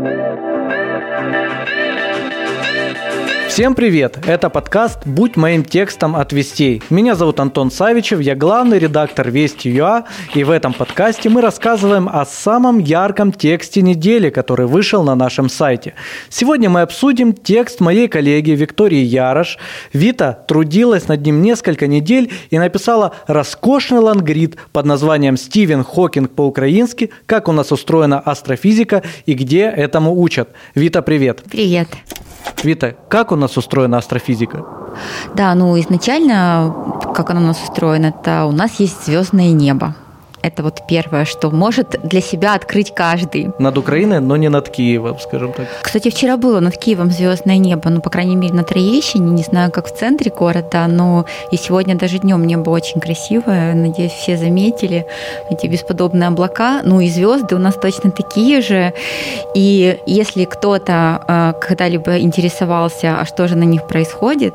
Всем привет! Это подкаст «Будь моим текстом от Вестей». Меня зовут Антон Савичев, я главный редактор Вести.ua, и в этом подкасте мы рассказываем о самом ярком тексте недели, который вышел на нашем сайте. Сегодня мы обсудим текст моей коллеги Виктории Ярош. Вита трудилась над ним несколько недель и написала роскошный лонгрид под названием «Стивен Хокинг по-украински. Как у нас устроена астрофизика и где этому учат». Вита, привет! Привет! Вита, как у нас устроена астрофизика? Да, изначально, как она у нас устроена, это у нас есть звездное небо. Это вот первое, что может для себя открыть каждый. Над Украиной, но не над Киевом, скажем так. Кстати, вчера было над Киевом звездное небо, по крайней мере, на Троещине, не знаю, как в центре города, но и сегодня даже днем небо очень красивое. Надеюсь, все заметили эти бесподобные облака. И звезды у нас точно такие же. И если кто-то когда-либо интересовался, а что же на них происходит,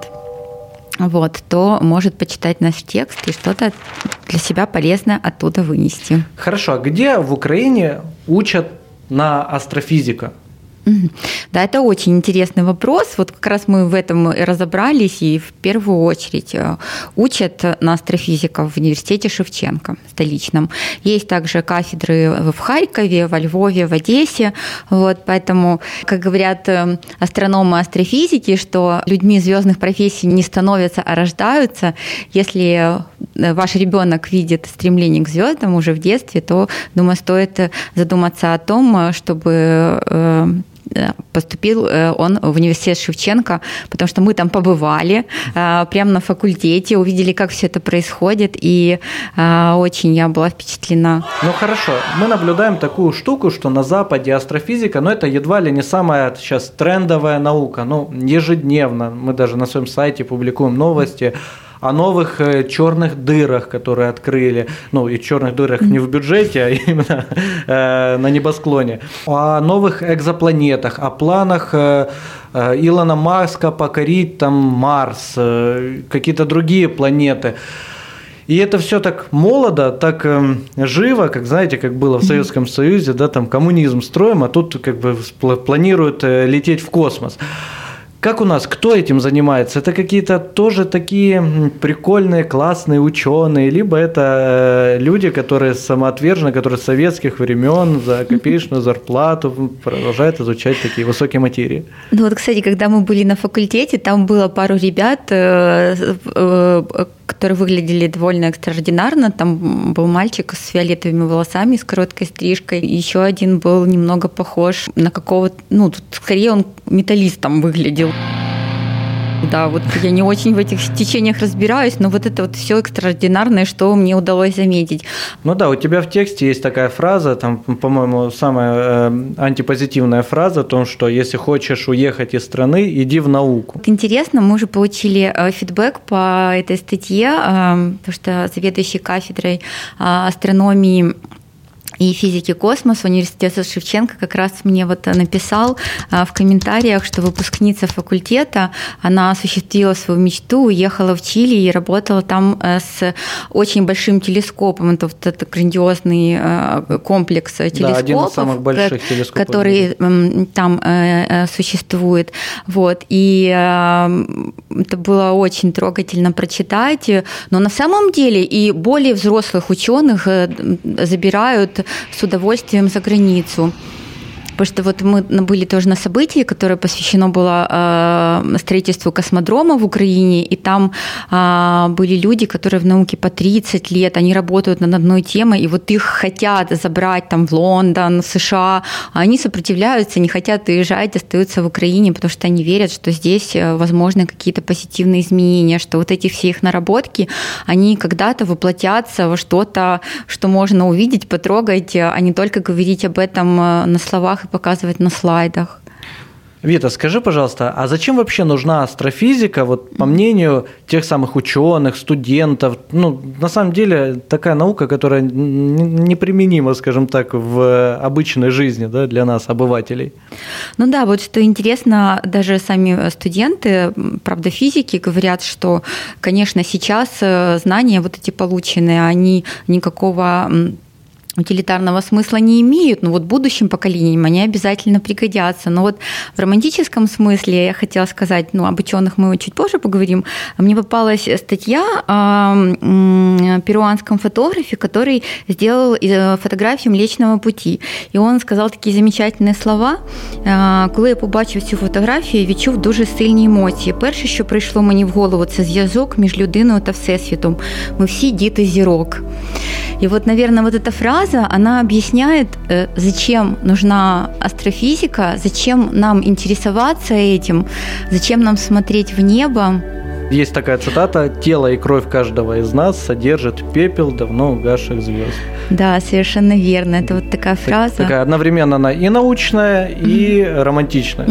то может почитать наш текст и что-то для себя полезное оттуда вынести. Хорошо, а где в Украине учат на астрофизика? Да, это очень интересный вопрос. Вот как раз мы в этом и разобрались, и в первую очередь учат на астрофизиков в университете Шевченко столичном. Есть также кафедры в Харькове, во Львове, в Одессе. Поэтому, как говорят астрономы астрофизики, что людьми звездных профессий не становятся, а рождаются. Если ваш ребенок видит стремление к звездам уже в детстве, то, думаю, стоит задуматься о том, чтобы поступил он в университет Шевченко, потому что мы там побывали прямо на факультете, увидели, как все это происходит, и очень я была впечатлена. Хорошо, мы наблюдаем такую штуку, что на Западе астрофизика, это едва ли не самая сейчас трендовая наука, ежедневно, мы даже на своем сайте публикуем новости о новых черных дырах, которые открыли, и черных дырах не в бюджете, а именно на небосклоне, о новых экзопланетах, о планах Илона Маска покорить там Марс, какие-то другие планеты. И это все так молодо, так живо, как, знаете, как было в Советском Союзе, там коммунизм строим, а тут планируют лететь в космос. Как у нас, кто этим занимается? Это какие-то тоже такие прикольные, классные ученые, либо это люди, которые самоотвержены, которые с советских времен за копеечную зарплату продолжают изучать такие высокие материи. Кстати, когда мы были на факультете, там было пару ребят, которые выглядели довольно экстраординарно. Там был мальчик с фиолетовыми волосами, с короткой стрижкой. Еще один был немного похож на какого-то... скорее он металлистом выглядел. Да, я не очень в этих течениях разбираюсь, но это все экстраординарное, что мне удалось заметить. У тебя в тексте есть такая фраза, там, по-моему, самая антипозитивная фраза о том, что если хочешь уехать из страны, иди в науку. Интересно, мы уже получили фидбэк по этой статье, потому что заведующий кафедрой астрономии и физики космоса университета Шевченко как раз мне написал в комментариях, что выпускница факультета, она осуществила свою мечту, уехала в Чили и работала там с очень большим телескопом. Это это грандиозный комплекс телескопов, один из самых больших телескопов, который там существует. И это было очень трогательно прочитать. Но на самом деле и более взрослых ученых забирают с удовольствием за границу. Потому что мы были тоже на событии, которое посвящено было строительству космодрома в Украине, и там были люди, которые в науке по 30 лет, они работают над одной темой, и их хотят забрать там в Лондон, в США, а они сопротивляются, не хотят уезжать, остаются в Украине, потому что они верят, что здесь возможны какие-то позитивные изменения, что эти все их наработки, они когда-то воплотятся во что-то, что можно увидеть, потрогать, а не только говорить об этом на словах и показывать на слайдах. Вита, скажи, пожалуйста, а зачем вообще нужна астрофизика, по мнению тех самых ученых, студентов? На самом деле, такая наука, которая неприменима, скажем так, в обычной жизни, для нас, обывателей. Что интересно, даже сами студенты, правда, физики говорят, что, конечно, сейчас знания эти полученные, они никакого утилитарного смысла не имеют, но вот будущим поколениям они обязательно пригодятся. Но вот в романтическом смысле я хотела сказать, об ученых мы чуть позже поговорим. Мне попалась статья о перуанском фотографе, который сделал фотографию Млечного Пути. І він сказав такі замечательні слова. Коли я побачив цю фотографію, відчув дуже сильні емоції. Перше, що прийшло мені в голову, це зв'язок між людиною та Всесвітом. Ми всі діти зірок. И вот, наверное, вот эта фраза, она объясняет, зачем нужна астрофизика, зачем нам интересоваться этим, зачем нам смотреть в небо. Есть такая цитата: «Тело и кровь каждого из нас содержит пепел давно угасших звезд». Да, совершенно верно. Это вот такая фраза. Такая одновременно она и научная, и романтичная.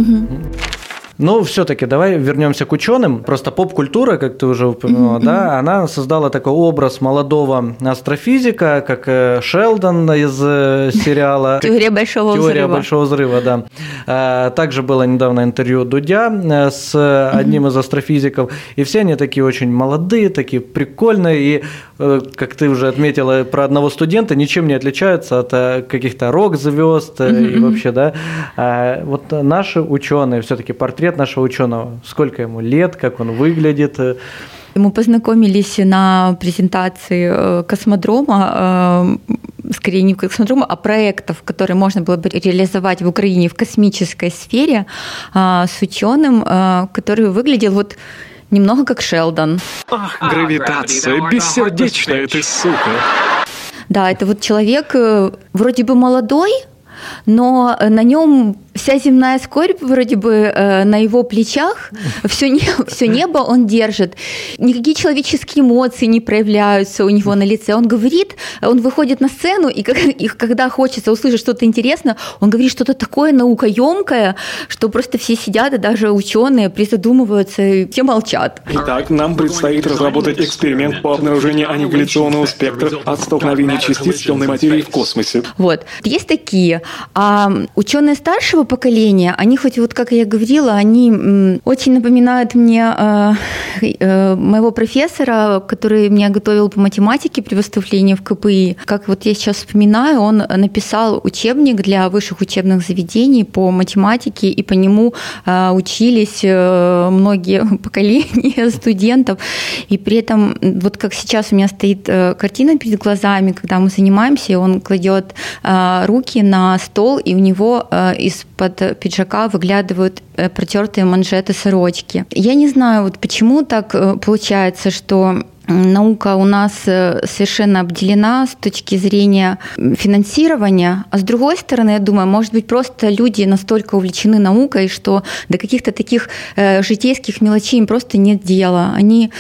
Но все-таки давай вернемся к ученым. Просто поп-культура, как ты уже упомянула, да, она создала такой образ молодого астрофизика, как Шелдон из сериала «Теория большого взрыва». «Теория большого взрыва», да. Также было недавно интервью Дудя с одним из астрофизиков, и все они такие очень молодые, такие прикольные, и, как ты уже отметила про одного студента, ничем не отличаются от каких-то рок-звезд и вообще, да. Вот наши ученые, все-таки портрет нашего ученого, сколько ему лет, как он выглядит. Мы познакомились на презентации космодрома, скорее не космодрома, а проектов, которые можно было бы реализовать в Украине в космической сфере, с ученым, который выглядел вот немного как Шелдон. Ах, гравитация, бессердечная ты сука. Да, это вот человек вроде бы молодой, но на нем вся земная скорбь вроде бы на его плечах, все небо он держит. Никакие человеческие эмоции не проявляются у него на лице. Он говорит, он выходит на сцену, и когда хочется услышать что-то интересное, он говорит что-то такое наукоемкое, что просто все сидят, и даже ученые призадумываются, и все молчат. Итак, нам предстоит разработать эксперимент по обнаружению аннигиляционного спектра от столкновения частиц темной материи в космосе. Вот. Есть такие. А ученые старшего поколения, они хоть вот, как я говорила, они очень напоминают мне моего профессора, который меня готовил по математике при выступлении в КПИ. Как вот я сейчас вспоминаю, он написал учебник для высших учебных заведений по математике, и по нему учились многие поколения студентов. И при этом, вот как сейчас у меня стоит картина перед глазами, когда мы занимаемся, и он кладет руки на стол, и у него из-под пиджака выглядывают протертые манжеты сорочки. Я не знаю, вот почему так получается, что наука у нас совершенно обделена с точки зрения финансирования, а с другой стороны, я думаю, может быть, просто люди настолько увлечены наукой, что до каких-то таких житейских мелочей им просто нет дела. Они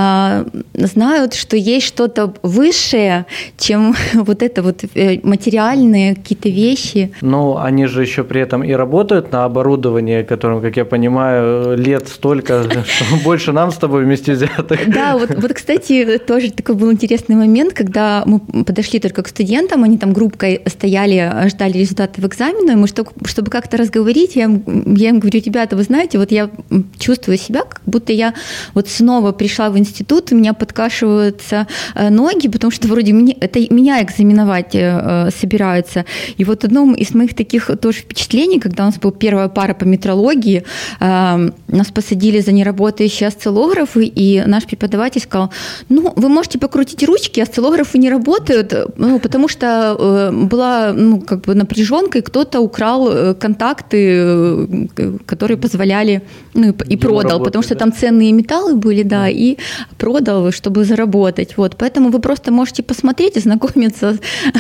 знают, что есть что-то высшее, чем вот это вот материальные какие-то вещи. Но они же еще при этом и работают на оборудовании, которым, как я понимаю, лет столько, что больше нам с тобой вместе взятых. Да, вот, кстати, тоже такой был интересный момент, когда мы подошли только к студентам, они там группкой стояли, ждали результатов экзамена, и мы, чтобы как-то разговорить, я им говорю: ребята, вы знаете, вот я чувствую себя, как будто я вот снова пришла в институт, у меня подкашиваются ноги, потому что вроде меня экзаменовать собираются. И вот одном из моих таких тоже впечатлений, когда у нас была первая пара по метрологии, нас посадили за неработающие осциллографы, и наш преподаватель сказал: вы можете покрутить ручки, осциллографы не работают, потому что была напряженка, и кто-то украл контакты, которые позволяли, и продал, работать, потому что там ценные металлы были, да, и продал, чтобы заработать. Вот, поэтому вы просто можете посмотреть, ознакомиться,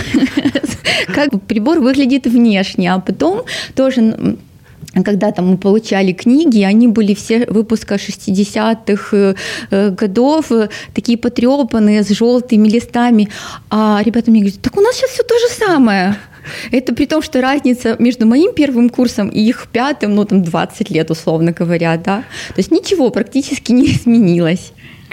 как прибор выглядит внешне, а потом тоже... Когда там мы получали книги, они были все выпуска 60-х годов, такие потрепанные, с желтыми листами. А ребята мне говорят: так у нас сейчас все то же самое. Это при том, что разница между моим первым курсом и их пятым, 20 лет, условно говоря, да. То есть ничего практически не изменилось.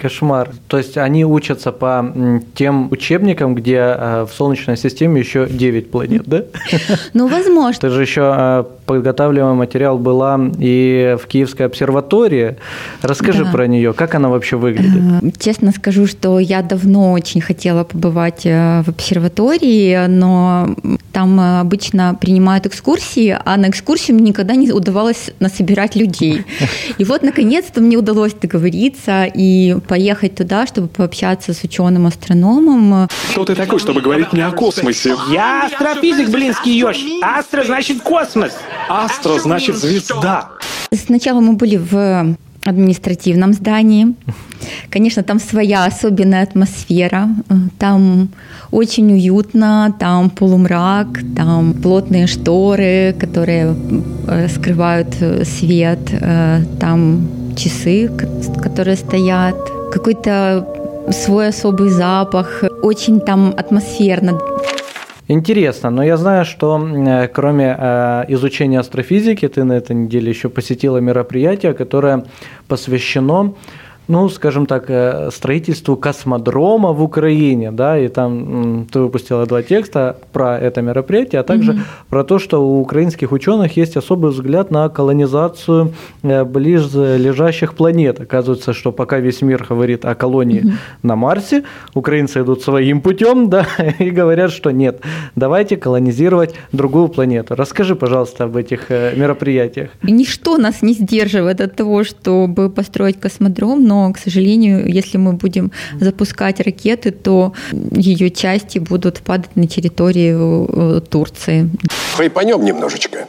Кошмар. То есть они учатся по тем учебникам, где в Солнечной системе еще 9 планет, да? Ну, возможно. Ты же еще подготавливаемый материал была и в Киевской обсерватории. Расскажи про нее, как она вообще выглядит? Честно скажу, что я давно очень хотела побывать в обсерватории, но там обычно принимают экскурсии, а на экскурсию мне никогда не удавалось насобирать людей. И вот, наконец-то, мне удалось договориться и поехать туда, чтобы пообщаться с ученым-астрономом. Кто ты такой, чтобы говорить мне о космосе? Я астрофизик, блинский ёж. Астро значит космос. Астро значит звезда. Сначала мы были в административном здании. Конечно, там своя особенная атмосфера. Там очень уютно, там полумрак, там плотные шторы, которые скрывают свет, там часы, которые стоят, какой-то свой особый запах. Очень там атмосферно. Интересно, но я знаю, что кроме изучения астрофизики, ты на этой неделе еще посетила мероприятие, которое посвящено, ну, скажем так, строительству космодрома в Украине, да, и там ты выпустила 2 текста про это мероприятие, а также про то, что у украинских ученых есть особый взгляд на колонизацию близлежащих планет. Оказывается, что пока весь мир говорит о колонии на Марсе, украинцы идут своим путем, да, и говорят, что нет, давайте колонизировать другую планету. Расскажи, пожалуйста, об этих мероприятиях. Ничто нас не сдерживает от того, чтобы построить космодром, но, к сожалению, если мы будем запускать ракеты, то ее части будут падать на территорию Турции. Хайпанем немножечко.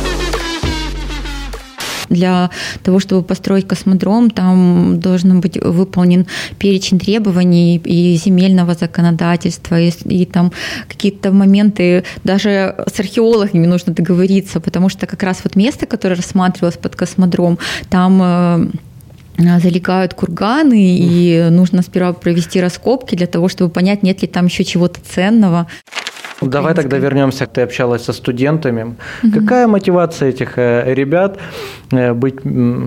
Для того, чтобы построить космодром, там должен быть выполнен перечень требований и земельного законодательства, и там какие-то моменты, даже с археологами нужно договориться, потому что как раз вот место, которое рассматривалось под космодром, там залегают курганы, и нужно сперва провести раскопки для того, чтобы понять, нет ли там еще чего-то ценного. Давай тогда вернемся. Ты общалась со студентами. Какая мотивация этих ребят быть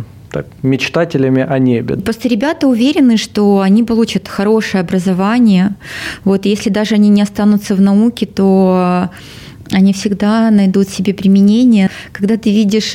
мечтателями о небе? Просто ребята уверены, что они получат хорошее образование. Вот, если даже они не останутся в науке, то они всегда найдут себе применение. Когда ты видишь,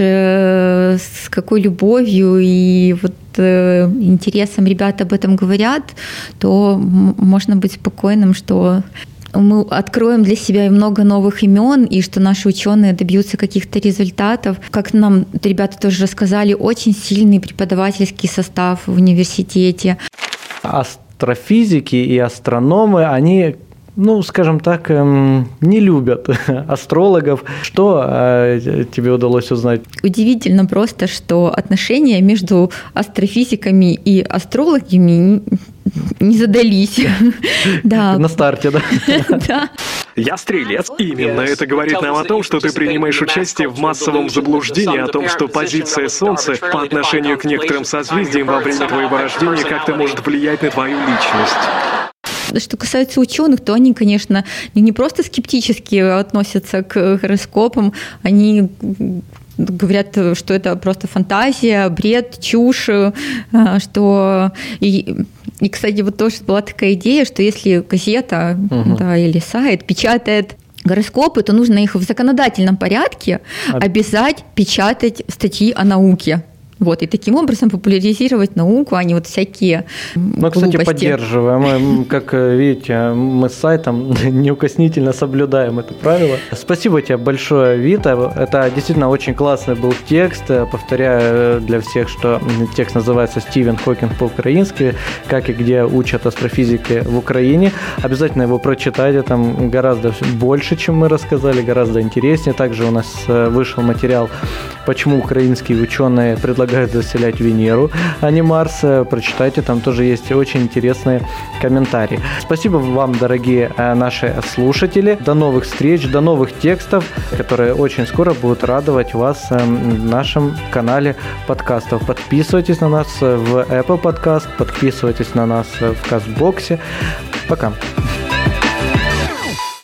с какой любовью и вот интересом ребята об этом говорят, то можно быть спокойным, что мы откроем для себя много новых имен, и что наши ученые добьются каких-то результатов. Как нам ребята тоже рассказали, очень сильный преподавательский состав в университете. Астрофизики и астрономы, они, ну, скажем так, не любят астрологов. Что тебе удалось узнать? Удивительно просто, что отношения между астрофизиками и астрологами не задались. На старте, да? Да. Я стрелец. Именно это говорит нам о том, что ты принимаешь участие в массовом заблуждении о том, что позиция Солнца по отношению к некоторым созвездиям во время твоего рождения как-то может влиять на твою личность. Что касается ученых, то они, конечно, не просто скептически относятся к гороскопам, они говорят, что это просто фантазия, бред, чушь, что... И, кстати, вот тоже была такая идея, что если газета или сайт печатает гороскопы, то нужно их в законодательном порядке обязать печатать статьи о науке. Вот, и таким образом популяризировать науку, а не вот всякие глупости. Кстати, поддерживаем. Как видите, мы с сайтом неукоснительно соблюдаем это правило. Спасибо тебе большое, Вита. Это действительно очень классный был текст. Повторяю для всех, что текст называется «Стивен Хокинг по-украински. Как и где учат астрофизики в Украине». Обязательно его прочитайте. Там гораздо больше, чем мы рассказали, гораздо интереснее. Также у нас вышел материал «Почему украинские ученые предлагают заселять Венеру, а не Марс». Прочитайте, там тоже есть очень интересные комментарии. Спасибо вам, дорогие наши слушатели. До новых встреч, до новых текстов, которые очень скоро будут радовать вас в нашем канале подкастов. Подписывайтесь на нас в Apple Podcast, подписывайтесь на нас в Кастбоксе. Пока.